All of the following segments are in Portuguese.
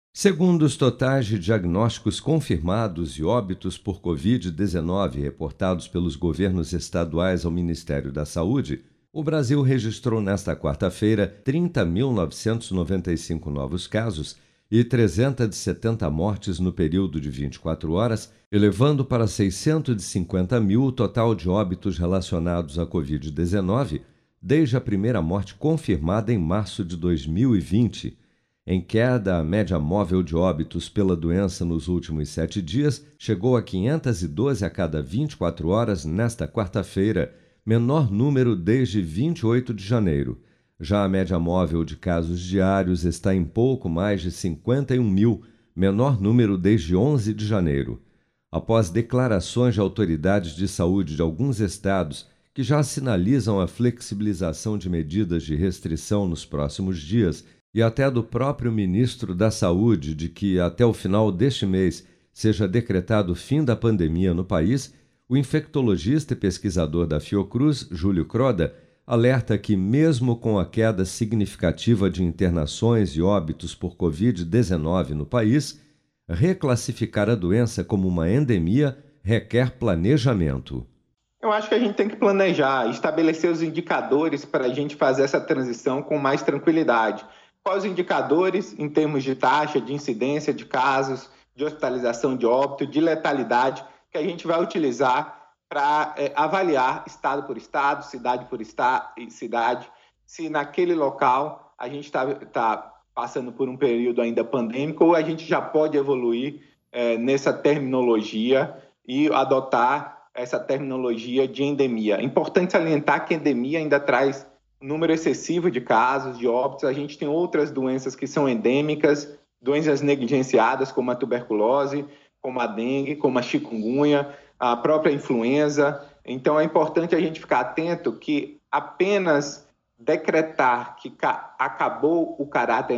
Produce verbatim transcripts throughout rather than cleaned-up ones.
Segundo os totais de diagnósticos confirmados e óbitos por covid dezenove reportados pelos governos estaduais ao Ministério da Saúde, o Brasil registrou nesta quarta-feira trinta mil novecentos e noventa e cinco novos casos e trezentas e setenta mortes no período de vinte e quatro horas, elevando para seiscentos e cinquenta mil o total de óbitos relacionados à covid dezenove desde a primeira morte confirmada em março de dois mil e vinte. Em queda, a média móvel de óbitos pela doença nos últimos sete dias chegou a quinhentos e doze a cada vinte e quatro horas nesta quarta-feira, menor número desde vinte e oito de janeiro. Já a média móvel de casos diários está em pouco mais de cinquenta e um mil, menor número desde onze de janeiro. Após declarações de autoridades de saúde de alguns estados que já sinalizam a flexibilização de medidas de restrição nos próximos dias, e até do próprio ministro da Saúde de que, até o final deste mês, seja decretado o fim da pandemia no país, o infectologista e pesquisador da Fiocruz, Júlio Croda, alerta que, mesmo com a queda significativa de internações e óbitos por covid dezenove no país, reclassificar a doença como uma endemia requer planejamento. Eu acho que a gente tem que planejar, estabelecer os indicadores para a gente fazer essa transição com mais tranquilidade. Quais os indicadores em termos de taxa, de incidência de casos, de hospitalização de óbito, de letalidade, que a gente vai utilizar para é, avaliar estado por estado, cidade por esta- cidade, se naquele local a gente está tá passando por um período ainda pandêmico ou a gente já pode evoluir é, nessa terminologia e adotar essa terminologia de endemia. É importante salientar que a endemia ainda traz número excessivo de casos, de óbitos. A gente tem outras doenças que são endêmicas, doenças negligenciadas, como a tuberculose, como a dengue, como a chikungunya, a própria influenza. Então, é importante a gente ficar atento que apenas decretar que acabou o caráter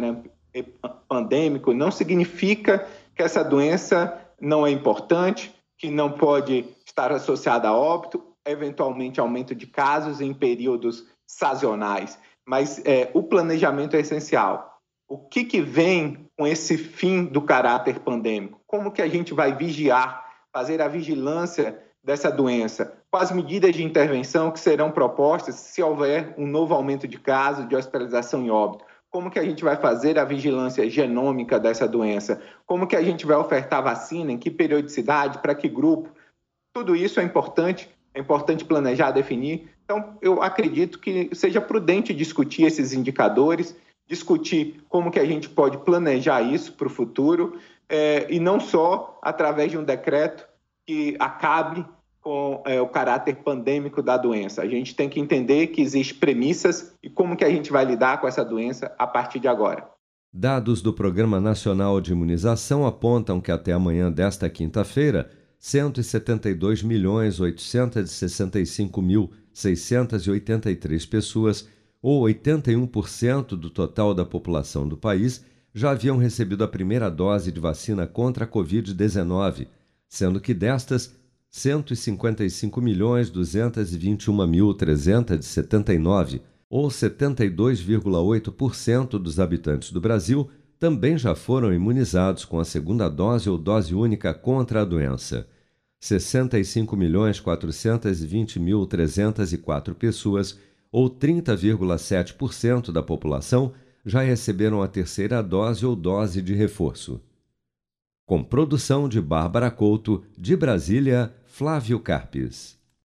pandêmico não significa que essa doença não é importante, que não pode estar associada a óbito, eventualmente aumento de casos em períodos sazonais, mas é, o planejamento é essencial. O que, que vem com esse fim do caráter pandêmico? Como que a gente vai vigiar, fazer a vigilância dessa doença? Quais medidas de intervenção que serão propostas se houver um novo aumento de casos, de hospitalização e óbito? Como que a gente vai fazer a vigilância genômica dessa doença? Como que a gente vai ofertar vacina? Em que periodicidade? Para que grupo? Tudo isso é importante, é importante planejar, definir. Então, eu acredito que seja prudente discutir esses indicadores, discutir como que a gente pode planejar isso para o futuro, é, e não só através de um decreto que acabe com é, o caráter pandêmico da doença. A gente tem que entender que existem premissas e como que a gente vai lidar com essa doença a partir de agora. Dados do Programa Nacional de Imunização apontam que até amanhã desta quinta-feira, cento e setenta e dois milhões oitocentos e sessenta e cinco mil seiscentos e oitenta e três pessoas, ou oitenta e um por cento do total da população do país, já haviam recebido a primeira dose de vacina contra a covid dezenove, sendo que destas, cento e cinquenta e cinco milhões duzentos e vinte e um mil trezentos e setenta e nove, ou setenta e dois vírgula oito por cento dos habitantes do Brasil, também já foram imunizados com a segunda dose ou dose única contra a doença. sessenta e cinco milhões quatrocentos e vinte mil trezentos e quatro pessoas, ou trinta vírgula sete por cento da população, já receberam a terceira dose ou dose de reforço. Com produção de Bárbara Couto, de Brasília, Flávio Carpes.